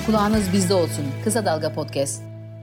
Kulağınız bizde olsun. Kısa Dalga Podcast.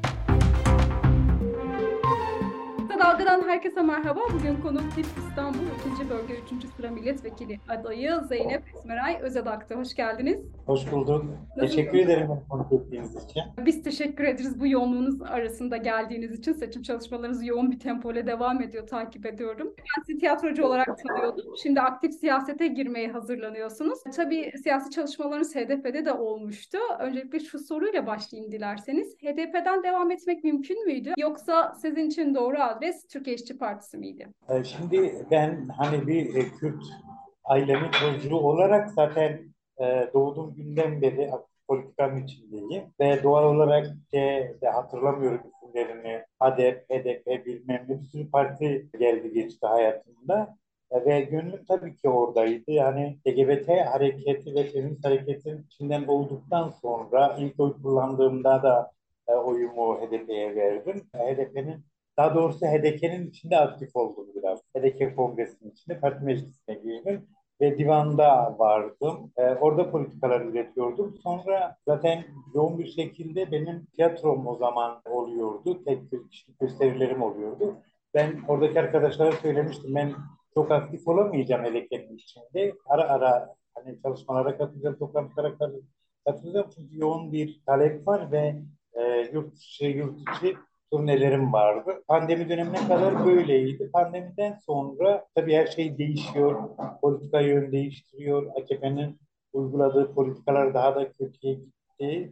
Kısa Dalga'dan herkese merhaba. Bugün konuğum TİP İstanbul 2. Bölge 3. Sıra Milletvekili adayı Zeynep Esmeray Özedak'ta. Hoş geldiniz. Hoş bulduk. Teşekkür Nasılsınız? ederim beni konuk ettiğiniz için. Biz teşekkür ederiz bu yoğunluğunuz arasında geldiğiniz için. Seçim çalışmalarınız yoğun bir tempoyla devam ediyor, takip ediyorum. Ben sizi tiyatrocu olarak tanıyordum. Şimdi aktif siyasete girmeye hazırlanıyorsunuz. Tabii siyasi çalışmalarınız HDP'de de olmuştu. Öncelikle şu soruyla başlayayım dilerseniz. HDP'den devam etmek mümkün müydü? Yoksa sizin için doğru adres Türkiye İşçi Partisi miydi? Şimdi ben hani bir Kürt ailemin çocuğu olarak zaten doğduğum günden beri aktif politikanın içindeyim. Ve doğal olarak de hatırlamıyorum isimlerini. HDP, HDP bilmem ne bir sürü parti geldi geçti hayatımda. Ve gönlüm tabii ki oradaydı. Yani LGBT hareketi ve feminist hareketin içinden olduktan sonra ilk oy kullandığımda da oyumu HDP'ye verdim. HDP'nin daha doğrusu HDP'nin içinde aktif oldum biraz. HDP Kongresi'nin içinde parti meclisine girdim ve divanda vardım. Orada politikalar üretiyordum. Sonra zaten yoğun bir şekilde benim tiyatrom o zaman oluyordu. Tek bir kişilik gösterilerim oluyordu. Ben oradaki arkadaşlara söylemiştim. Ben çok aktif olamayacağım HDP'nin içinde. Ara ara hani çalışmalara katılacağım, toplantılara katılacağım. Çünkü yoğun bir talep var ve yurt dışı, yurt içi turnelerim vardı. Pandemi dönemine kadar böyleydi. Pandemiden sonra tabii her şey değişiyor. Politika yön değiştiriyor. AKP'nin uyguladığı politikalar daha da kötüye gitti.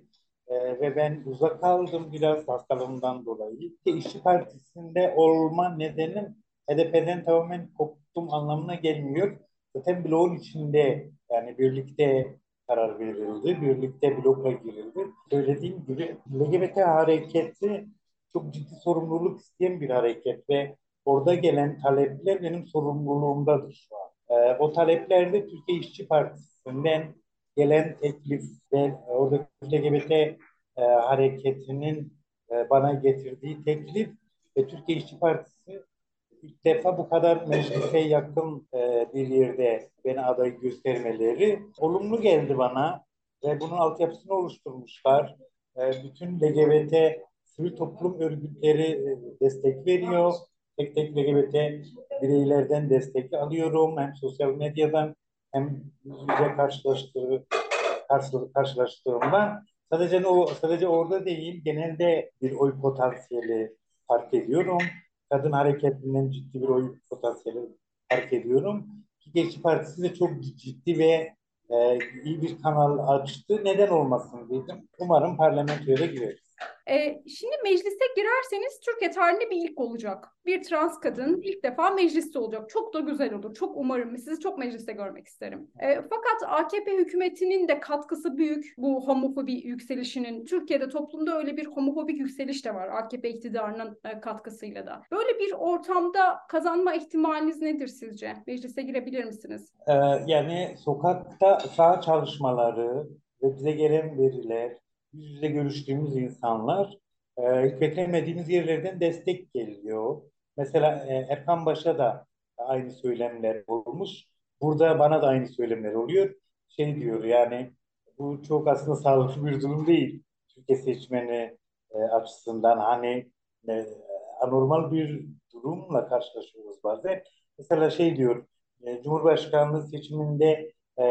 Ve ben uzak kaldım biraz hastalığımdan dolayı. İşçi Partisi'nde olma nedenim HDP'den tamamen koptum anlamına gelmiyor. Zaten bloğun içinde yani birlikte karar verildi. Birlikte blokla girildi. Söylediğim gibi LGBT hareketi çok ciddi sorumluluk isteyen bir hareket ve orada gelen talepler benim sorumluluğumdadır şu an. O taleplerde Türkiye İşçi Partisi'nden gelen teklif ve orada LGBT hareketinin bana getirdiği teklif ve Türkiye İşçi Partisi ilk defa bu kadar meclise yakın bir yerde beni aday göstermeleri olumlu geldi bana ve bunun altyapısını oluşturmuşlar. Bütün LGBT sivil toplum örgütleri destek veriyor. Tek tek LGBT bireylerden destek alıyorum. Hem sosyal medyadan hem yüz yüze karşılaştığımda sadece orada değil genelde bir oy potansiyeli fark ediyorum. Kadın hareketinden ciddi bir oy potansiyeli fark ediyorum. Gençlik Partisi de çok ciddi ve iyi bir kanal açtı. Neden olmasın dedim. Umarım parlamentoya da gireriz. Şimdi meclise girerseniz Türkiye tarihinde bir ilk olacak. Bir trans kadın ilk defa mecliste olacak. Çok da güzel olur. Çok umarım. Sizi çok mecliste görmek isterim. Fakat AKP hükümetinin de katkısı büyük bu homofobi yükselişinin. Türkiye'de toplumda öyle bir homofobik yükseliş de var AKP iktidarının katkısıyla da. Böyle bir ortamda kazanma ihtimaliniz nedir sizce? Meclise girebilir misiniz? Yani sokakta saha çalışmaları ve bize gelen veriler, yüz yüze görüştüğümüz insanlar hiç beklemediğimiz yerlerden destek geliyor. Mesela Erkan Baş'a da aynı söylemler olmuş. Burada bana da aynı söylemler oluyor. Şey diyor yani bu çok aslında sağlıklı bir durum değil. Türkiye seçmeni açısından hani e, anormal bir durumla karşılaşıyoruz bazen. Mesela şey diyor Cumhurbaşkanlığı seçiminde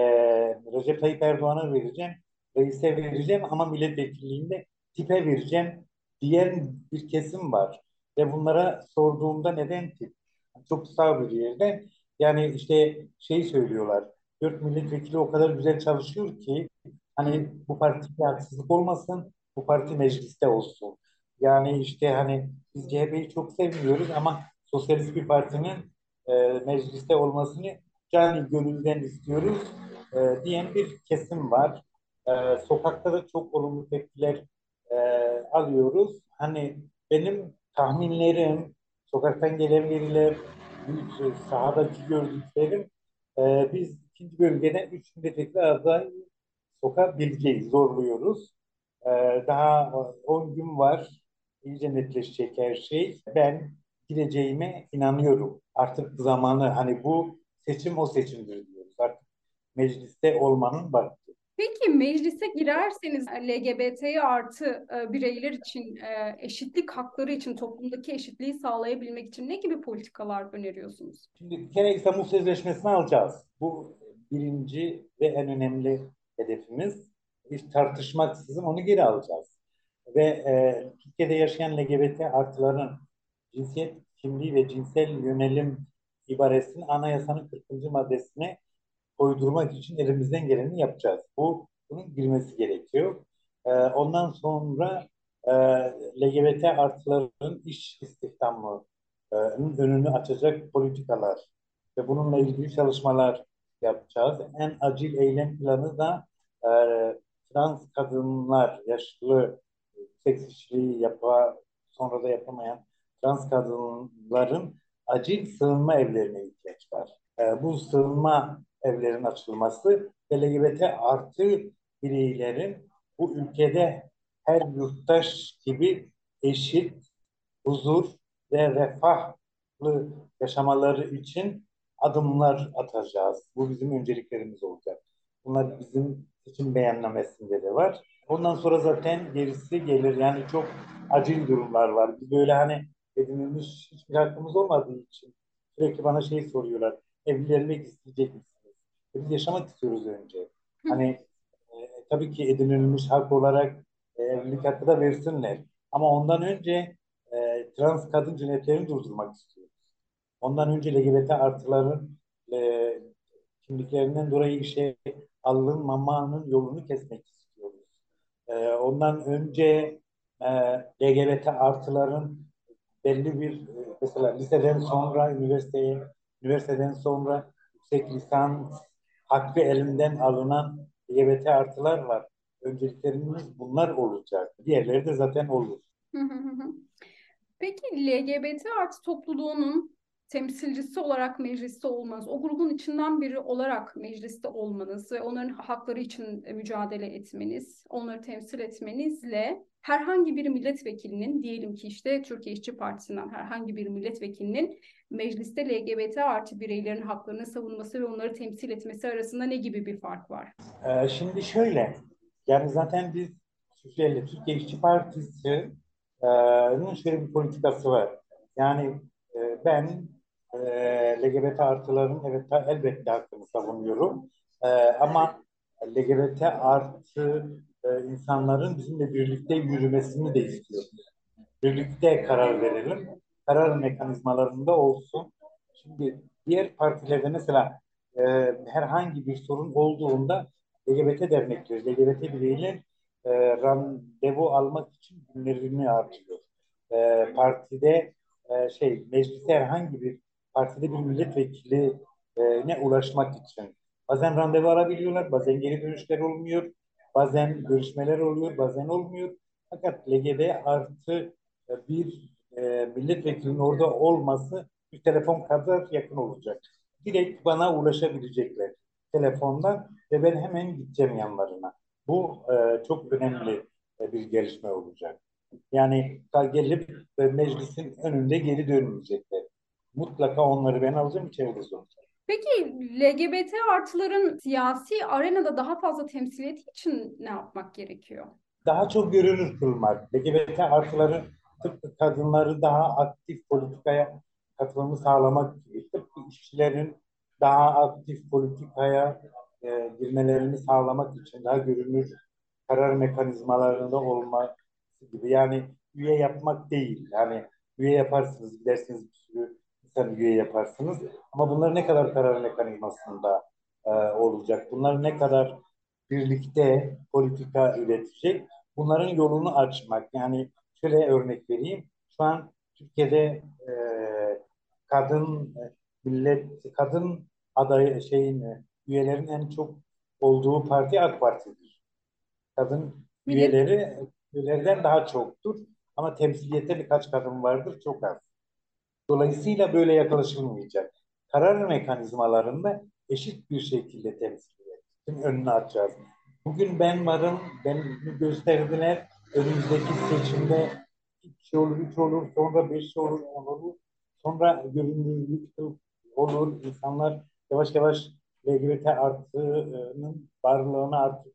Recep Tayyip Erdoğan'a vereceğim, reise vereceğim ama milletvekilliğinde tipe vereceğim diyen bir kesim var. Ve bunlara sorduğumda neden tip? Çok sağ bir yerde. Yani işte şey söylüyorlar. Dört milletvekili o kadar güzel çalışıyor ki hani bu partiye haksızlık olmasın, bu parti mecliste olsun. Yani işte hani biz CHP'yi çok sevmiyoruz ama sosyalist bir partinin mecliste olmasını cani gönülden istiyoruz diyen bir kesim var. Sokakta da çok olumlu tepkiler e, alıyoruz. Hani benim tahminlerim, sokaktan gelen veriler, sahadaki gördüklerim biz ikinci bölgeden 3 milletvekili aday sokabileceğiz, zorluyoruz. Daha 10 gün var. İyice netleşecek her şey. Ben gideceğime inanıyorum. Artık zamanı hani bu seçim o seçimdir diyoruz. Artık mecliste olmanın vakti. Peki meclise girerseniz LGBT artı bireyler için eşitlik hakları için toplumdaki eşitliği sağlayabilmek için ne gibi politikalar öneriyorsunuz? Şimdi bir kere İstanbul Sözleşmesi'ni alacağız. Bu birinci ve en önemli hedefimiz. Hiç tartışmaksızın onu geri alacağız. Ve Türkiye'de yaşayan LGBT artıların cinsiyet kimliği ve cinsel yönelim ibaresini anayasanın 40. maddesine koydurmak için elimizden geleni yapacağız. Bunun girmesi gerekiyor. Ondan sonra LGBT artıların iş istihdamı önünü açacak politikalar ve bununla ilgili çalışmalar yapacağız. En acil eylem planı da e, trans kadınlar, yaşlı seks işçiliği sonra da yapamayan trans kadınların acil sığınma evlerine ihtiyaç var. Bu sığınma evlerin açılması LGBT artı bireylerin bu ülkede her yurttaş gibi eşit, huzur ve refahlı yaşamaları için adımlar atacağız. Bu bizim önceliklerimiz olacak. Bunlar bizim seçim beyannamesinde de var. Ondan sonra zaten gerisi gelir. Yani çok acil durumlar var. Biz böyle hani edinilmiş hiçbir hakkımız olmadığı için sürekli bana şey soruyorlar. Evlenmek isteyecek misiniz? Biz yaşamak istiyoruz önce. Hani tabii ki edinilmiş hak olarak evlilik hakkı da versinler. Ama ondan önce trans kadın cinayetlerini durdurmak istiyoruz. Ondan önce LGBT artıların e, kimliklerinden dolayı işe alınmamanın yolunu kesmek istiyoruz. Ondan önce e, LGBT artıların belli bir mesela liseden sonra üniversiteden sonra yüksek lisans hakkı elinden alınan LGBT artılar var. Önceliklerimiz bunlar olacak. Diğerleri de zaten olur. Peki LGBT artı topluluğunun temsilcisi olarak mecliste olmanız, o grubun içinden biri olarak mecliste olmanız ve onların hakları için mücadele etmeniz, onları temsil etmenizle herhangi bir milletvekilinin, diyelim ki işte Türkiye İşçi Partisi'nden herhangi bir milletvekilinin mecliste LGBT artı bireylerin haklarını savunması ve onları temsil etmesi arasında ne gibi bir fark var? Şimdi şöyle, yani zaten biz Türkiye İşçi Partisi'nin şöyle bir politikası var. Yani ben LGBT artıların evet elbette hakkını savunuyorum. Ama LGBT artı insanların bizimle birlikte yürümesini de istiyorum. Birlikte karar verelim. Karar mekanizmalarında olsun. Şimdi diğer partilerde mesela e, herhangi bir sorun olduğunda LGBT dernekleri, LGBT bireyler randevu almak için günlerini harcıyor. Partide mecliste herhangi bir partide bir milletvekili ne ulaşmak için bazen randevu alabiliyorlar, bazen geri dönüşler olmuyor, bazen görüşmeler oluyor, bazen olmuyor. Fakat LGBT artı bir milletvekilinin orada olması bir telefon kadar yakın olacak. Direkt bana ulaşabilecekler telefondan ve ben hemen gideceğim yanlarına. Bu çok önemli bir gelişme olacak. Yani gelip meclisin önünde geri dönmeyecekler. Mutlaka onları ben alacağım içeride soracağım. Peki LGBT artıların siyasi arenada daha fazla temsiliyeti için ne yapmak gerekiyor? Daha çok görünür kılmak, LGBT artıları tıpkı kadınları daha aktif politikaya katılımı sağlamak gibi, tıpkı işçilerin daha aktif politikaya girmelerini sağlamak için daha görünür karar mekanizmalarında olması gibi. Yani üye yapmak değil. Yani üye yaparsınız, gidersiniz bir sürü insan üye yaparsınız. Ama bunlar ne kadar karar mekanizmasında olacak? Bunlar ne kadar birlikte politika üretecek? Bunların yolunu açmak. Yani şöyle örnek vereyim. Şu an Türkiye'de kadın kadın adayı üyelerin en çok olduğu parti AK Parti'dir. Kadın Millet üyelerden daha çoktur. Ama temsiliyette birkaç kadın vardır, çok az. Dolayısıyla böyle yaklaşılmayacak. Karar mekanizmalarında eşit bir şekilde temsiliyetin önünü açacağız. Bugün ben varım, beni gösterdiler. Önümüzdeki seçimde 2 olur, 3 olur, sonra 5 olur, 10 olur. Sonra görünürlük olur. İnsanlar yavaş yavaş LGBT artığının varlığını artık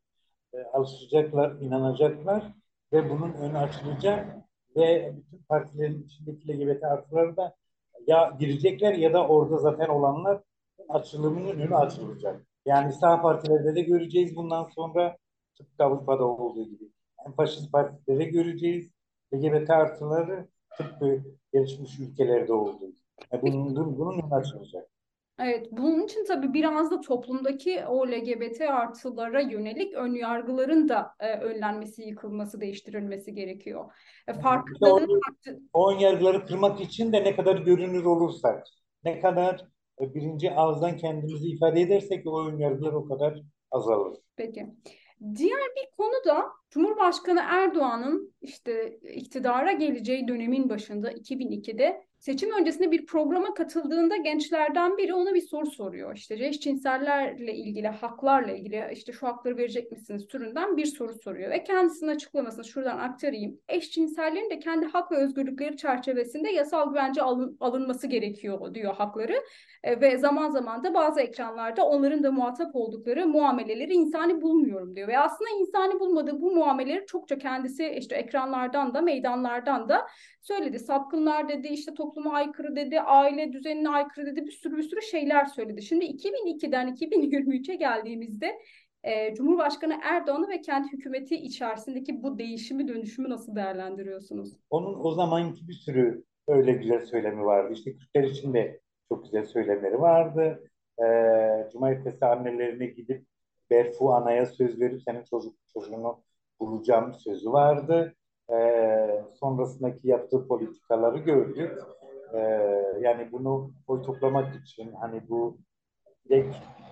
alışacaklar, inanacaklar ve bunun önü açılacak ve bütün partilerin içindeki LGBT artıları da ya girecekler ya da orada zaten olanlar açılımının önü açılacak. Yani sağ partilerde de göreceğiz bundan sonra tıpkı Avrupa'da olduğu gibi. Hem faşist partilerde göreceğiz LGBT artıları tıpkı gelişmiş ülkelerde olduğu gibi. Bunun önü açılacak. Evet, bunun için tabii biraz da toplumdaki o LGBT artılara yönelik ön yargıların da önlenmesi, yıkılması, değiştirilmesi gerekiyor. İşte Farklılığın o ön yargıları kırmak için de ne kadar görünür olursak, ne kadar birinci ağızdan kendimizi ifade edersek o ön yargılar o kadar azalır. Peki. Diğer bir konu da Cumhurbaşkanı Erdoğan'ın işte iktidara geleceği dönemin başında 2002'de seçim öncesinde bir programa katıldığında gençlerden biri ona bir soru soruyor. İşte eşcinsellerle ilgili, haklarla ilgili işte şu hakları verecek misiniz türünden bir soru soruyor. Ve kendisinin açıklamasını şuradan aktarayım. Eşcinsellerin de kendi hak ve özgürlükleri çerçevesinde yasal güvence alınması gerekiyor diyor hakları. Ve zaman zaman da bazı ekranlarda onların da muhatap oldukları muameleleri insani bulmuyorum diyor. Ve aslında insani bulmadığı bu muameleleri çokça kendisi işte ekranlardan da meydanlardan da söyledi. Sapkınlar dedi, işte topluma aykırı dedi, aile düzenine aykırı dedi, bir sürü şeyler söyledi. Şimdi 2002'den 2023'e geldiğimizde Cumhurbaşkanı Erdoğan'ı ve kendi hükümeti içerisindeki bu değişimi dönüşümü nasıl değerlendiriyorsunuz? Onun o zamanki bir sürü öyle güzel söylemi vardı. İşte Kürtler için de çok güzel söylemleri vardı. Cumartesi annelerine gidip Berfu Ana'ya söz verip senin çocuğunu bulacağım sözü vardı. Sonrasındaki yaptığı politikaları gördük. Yani bunu oy toplamak için hani bu direkt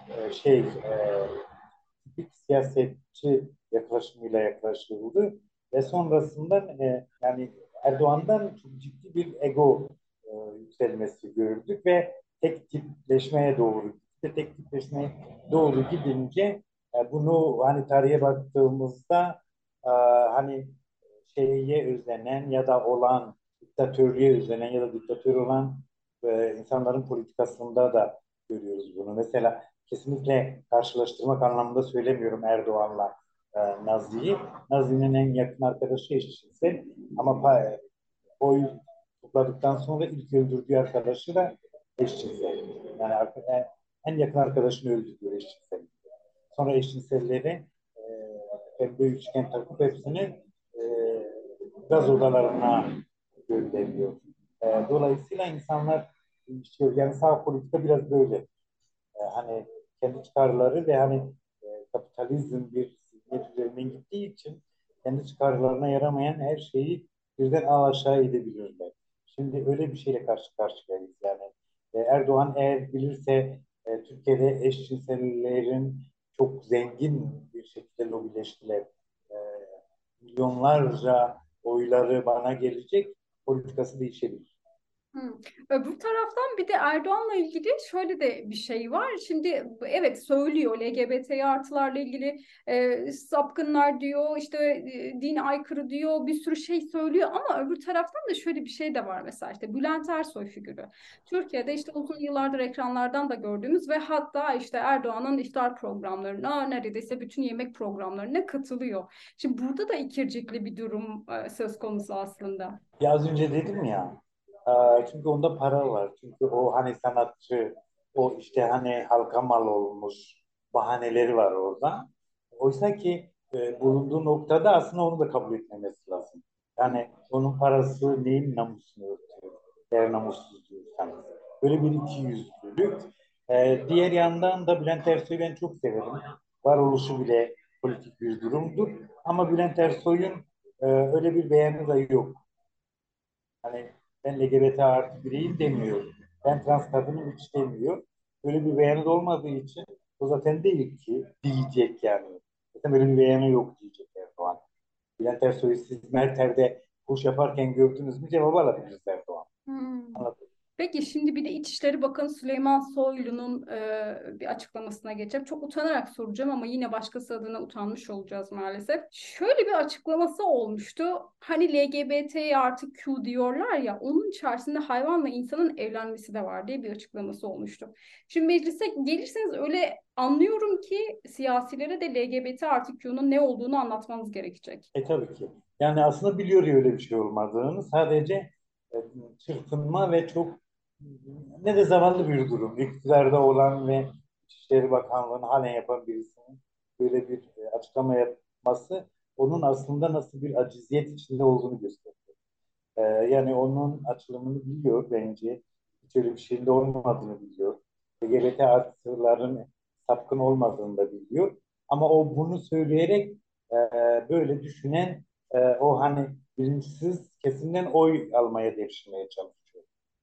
tipik siyasetçi yaklaşımıyla yaklaşıldı ve sonrasında yani Erdoğan'dan çok ciddi bir ego yükselmesi gördük ve tek tipleşmeye doğru gitti. Tek tipleşmeye doğru gidince bunu hani tarihe baktığımızda hani şeye özlenen ya da olan diktatörlüğe özlenen ya da diktatör olan insanların politikasında da görüyoruz bunu. Mesela kesinlikle karşılaştırmak anlamında söylemiyorum Erdoğan'la Nazi'yi. Nazi'nin en yakın arkadaşı eşcinsel ama oy topladıktan sonra ilk öldürdüğü arkadaşı da eşcinsel. Yani en yakın arkadaşını öldürüyor eşcinsel. Sonra eşcinselleri pembe üçgen takıp hepsini e, gaz odalarına gönderiyor. Dolayısıyla insanlar yani sağ politika biraz böyle. Hani kendi çıkarları ve hani kapitalizm bir zihniyet üzerinden gittiği için kendi çıkarlarına yaramayan her şeyi birden aşağı edebilirler. Şimdi öyle bir şeyle karşı karşıyayız yani. Erdoğan eğer bilirse Türkiye'de eşcinsellerin çok zengin bir şekilde lobileştiler. E, Milyonlarca oyları bana gelecek, politikası değişebilir. Hı. Öbür taraftan bir de Erdoğan'la ilgili şöyle de bir şey var. Şimdi evet söylüyor LGBT artılarla ilgili sapkınlar diyor, işte dine aykırı diyor, bir sürü şey söylüyor ama öbür taraftan da şöyle bir şey de var mesela işte Bülent Ersoy figürü. Türkiye'de işte uzun yıllardır ekranlardan da gördüğümüz ve hatta işte Erdoğan'ın iftar programlarına neredeyse bütün yemek programlarına katılıyor. Şimdi burada da ikircikli bir durum söz konusu aslında. Ya az önce dedim ya, çünkü onda para var. Çünkü o hani sanatçı, o işte hani halka mal olmuş bahaneleri var orada. Oysa ki bulunduğu noktada aslında onu da kabul etmemesi lazım. Yani onun parası neyin namusunu örtüyor? Eğer namussuz diyorsanız. Böyle bir ikiyüzlülük. Diğer yandan da Bülent Ersoy'u ben çok severim. Varoluşu bile politik bir durumdur. Ama Bülent Ersoy'un öyle bir beyanı da yok. Hani ben LGBT artı bireyim demiyor. Ben trans kadınım hiç demiyor. Böyle bir beyanı da olmadığı için o zaten değil ki diyecek yani. Zaten böyle bir beyanı yok diyecek Erdoğan. Bülent Ersoy'u siz Merter'de kuş yaparken gördünüz mü cevabı alabiliriz Erdoğan. Hmm. Anladın? Peki şimdi bir de İçişleri Bakanı Süleyman Soylu'nun bir açıklamasına geçeceğim. Çok utanarak soracağım ama yine başkası adına utanmış olacağız maalesef. Şöyle bir açıklaması olmuştu. Hani LGBT artı Q diyorlar ya, onun içerisinde hayvanla insanın evlenmesi de var diye bir açıklaması olmuştu. Şimdi meclise gelirseniz öyle anlıyorum ki siyasilere de LGBT artı Q'nun ne olduğunu anlatmanız gerekecek. Tabii ki. Yani aslında biliyor ya öyle bir şey olmadığını. Sadece e, çırpınma ve çok ne de zavallı bir durum. İktidarda olan ve İçişleri Bakanlığı'nı halen yapan birisinin böyle bir açıklama yapması onun aslında nasıl bir aciziyet içinde olduğunu gösteriyor. Yani onun açılımını biliyor bence. Hiç öyle bir şeyin de olmadığını biliyor. LGBT artıların sapkın olmadığını da biliyor. Ama o bunu söyleyerek e, böyle düşünen o hani bilinçsiz kesimden oy almaya devşirmeye çalışıyor.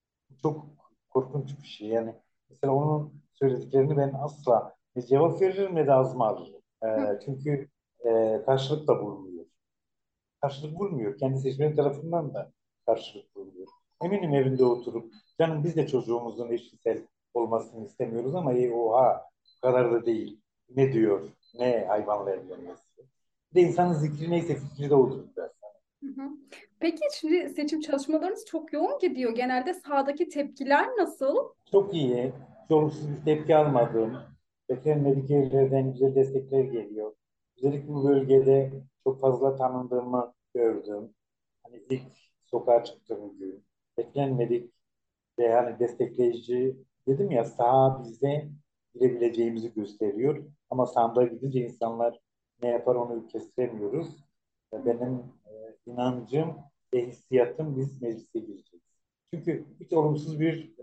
Çok korkunç bir şey. Yani mesela onun söylediklerini ben asla ne cevap veririm ne de ağzıma alırım. Çünkü karşılık da bulmuyor. Karşılık bulmuyor. Kendi seçmeni tarafından da karşılık bulmuyor. Eminim evinde oturup canım biz de çocuğumuzun eşcinsel olmasını istemiyoruz ama oha bu kadar da değil. Ne diyor? Ne hayvanla evlenmesi? Bir de insanın zikri neyse fikri de odur biraz. Hı hı. Peki şimdi seçim çalışmalarınız çok yoğun gidiyor. Genelde sahadaki tepkiler nasıl? Çok iyi. Hiç olumsuz bir tepki almadığım, beklenmedik yerlerden güzel destekler geliyor. Özellikle bu bölgede çok fazla tanındığımı gördüm. Hani ilk sokağa çıktığım gün beklenmedik ve hani destekleyici dedim ya saha bize girebileceğimizi gösteriyor. Ama sandığa gidince insanlar ne yapar onu kestiremiyoruz. Benim inancım ve hissiyatım biz meclise gireceğiz. Çünkü hiç olumsuz bir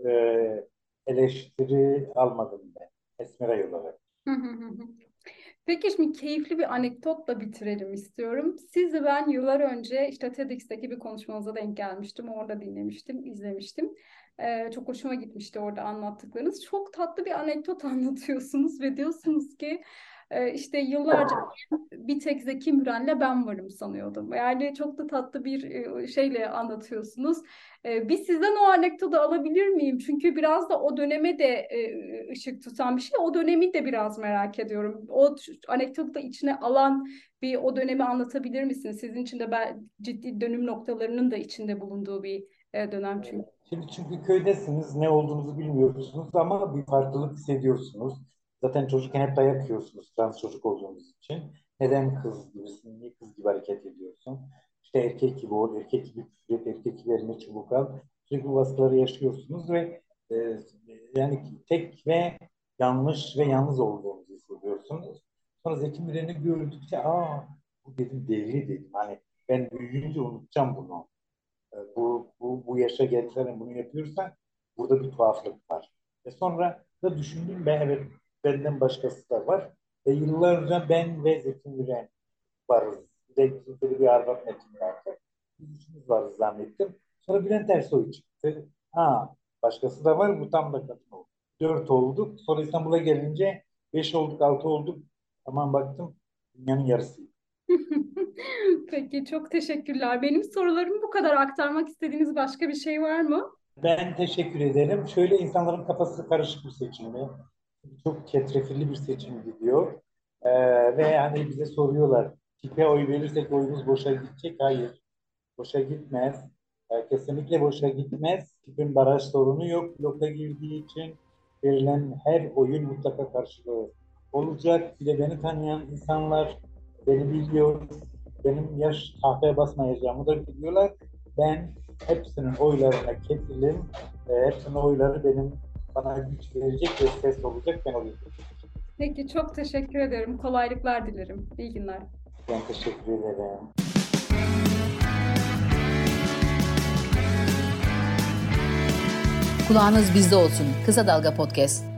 eleştiri almadım ben Esmeray olarak. Hı hı hı hı. Peki şimdi keyifli bir anekdotla bitirelim istiyorum. Sizi ben yıllar önce işte TEDx'teki bir konuşmanıza denk gelmiştim. Orada dinlemiştim, izlemiştim. Çok hoşuma gitmişti orada anlattıklarınız. Çok tatlı bir anekdot anlatıyorsunuz ve diyorsunuz ki işte yıllarca bir tek Zeki Müren'le ben varım sanıyordum. Yani çok da tatlı bir şeyle anlatıyorsunuz. Bir sizden o anekdotu alabilir miyim? Çünkü biraz da o döneme de ışık tutan bir şey. O dönemi de biraz merak ediyorum. O anekdotu da içine alan bir o dönemi anlatabilir misiniz? Sizin için de ciddi dönüm noktalarının da içinde bulunduğu bir dönem çünkü. Şimdi çünkü köydesiniz, ne olduğunuzu bilmiyorsunuz ama bir farklılık hissediyorsunuz. Zaten çocukken hep dayak yiyorsunuz trans çocuk olduğunuz için. Neden kız gibisin, niye kız gibi hareket ediyorsun? İşte erkek gibi ol, erkek gibi küfür et, erkek gibi eline çubuk al. Sürekli bu baskıları yaşıyorsunuz ve yani tek ve yanlış ve yalnız olduğunuzu hissediyorsunuz. Sonra Zeki Müren'i gördükçe bu dedim deli dedim. Hani ben büyüyünce unutacağım bunu. Bu yaşa gelsen bunu yapıyorsan burada bir tuhaflık var. Sonra da düşündüm ben evet benden başkası da var. Yıllarca ben ve Zeki Müren varız. Bir de bizimde bir Arvat Metin vardı. Biz üçümüz varız zannettim. Sonra Bülent Ersoy çıktı. Başkası da var bu tam da kadın oldu. Dört olduk. Sonra İstanbul'a gelince beş olduk, altı olduk. Aman baktım dünyanın yarısı. Peki çok teşekkürler. Benim sorularım bu kadar. Aktarmak istediğiniz başka bir şey var mı? Ben teşekkür ederim. Şöyle insanların kafası karışık bir seçimdi. Çok çetrefilli bir seçim gidiyor. Ve hani bize soruyorlar. Tipe oy verirsek oyumuz boşa gidecek. Hayır. Boşa gitmez. Kesinlikle boşa gitmez. Tipin baraj sorunu yok. Bloka girdiği için verilen her oyun mutlaka karşılığı olacak. Bir de beni tanıyan insanlar beni biliyor. Benim yaş tahtaya basmayacağımı da biliyorlar. Ben hepsinin oylarına kefilim. Hepsinin oyları bana güç verecek ve ses olacak. Ben olayım. Peki çok teşekkür ederim. Kolaylıklar dilerim. İyi günler. Ben teşekkür ederim. Kulağınız bizde olsun. Kısa Dalga Podcast.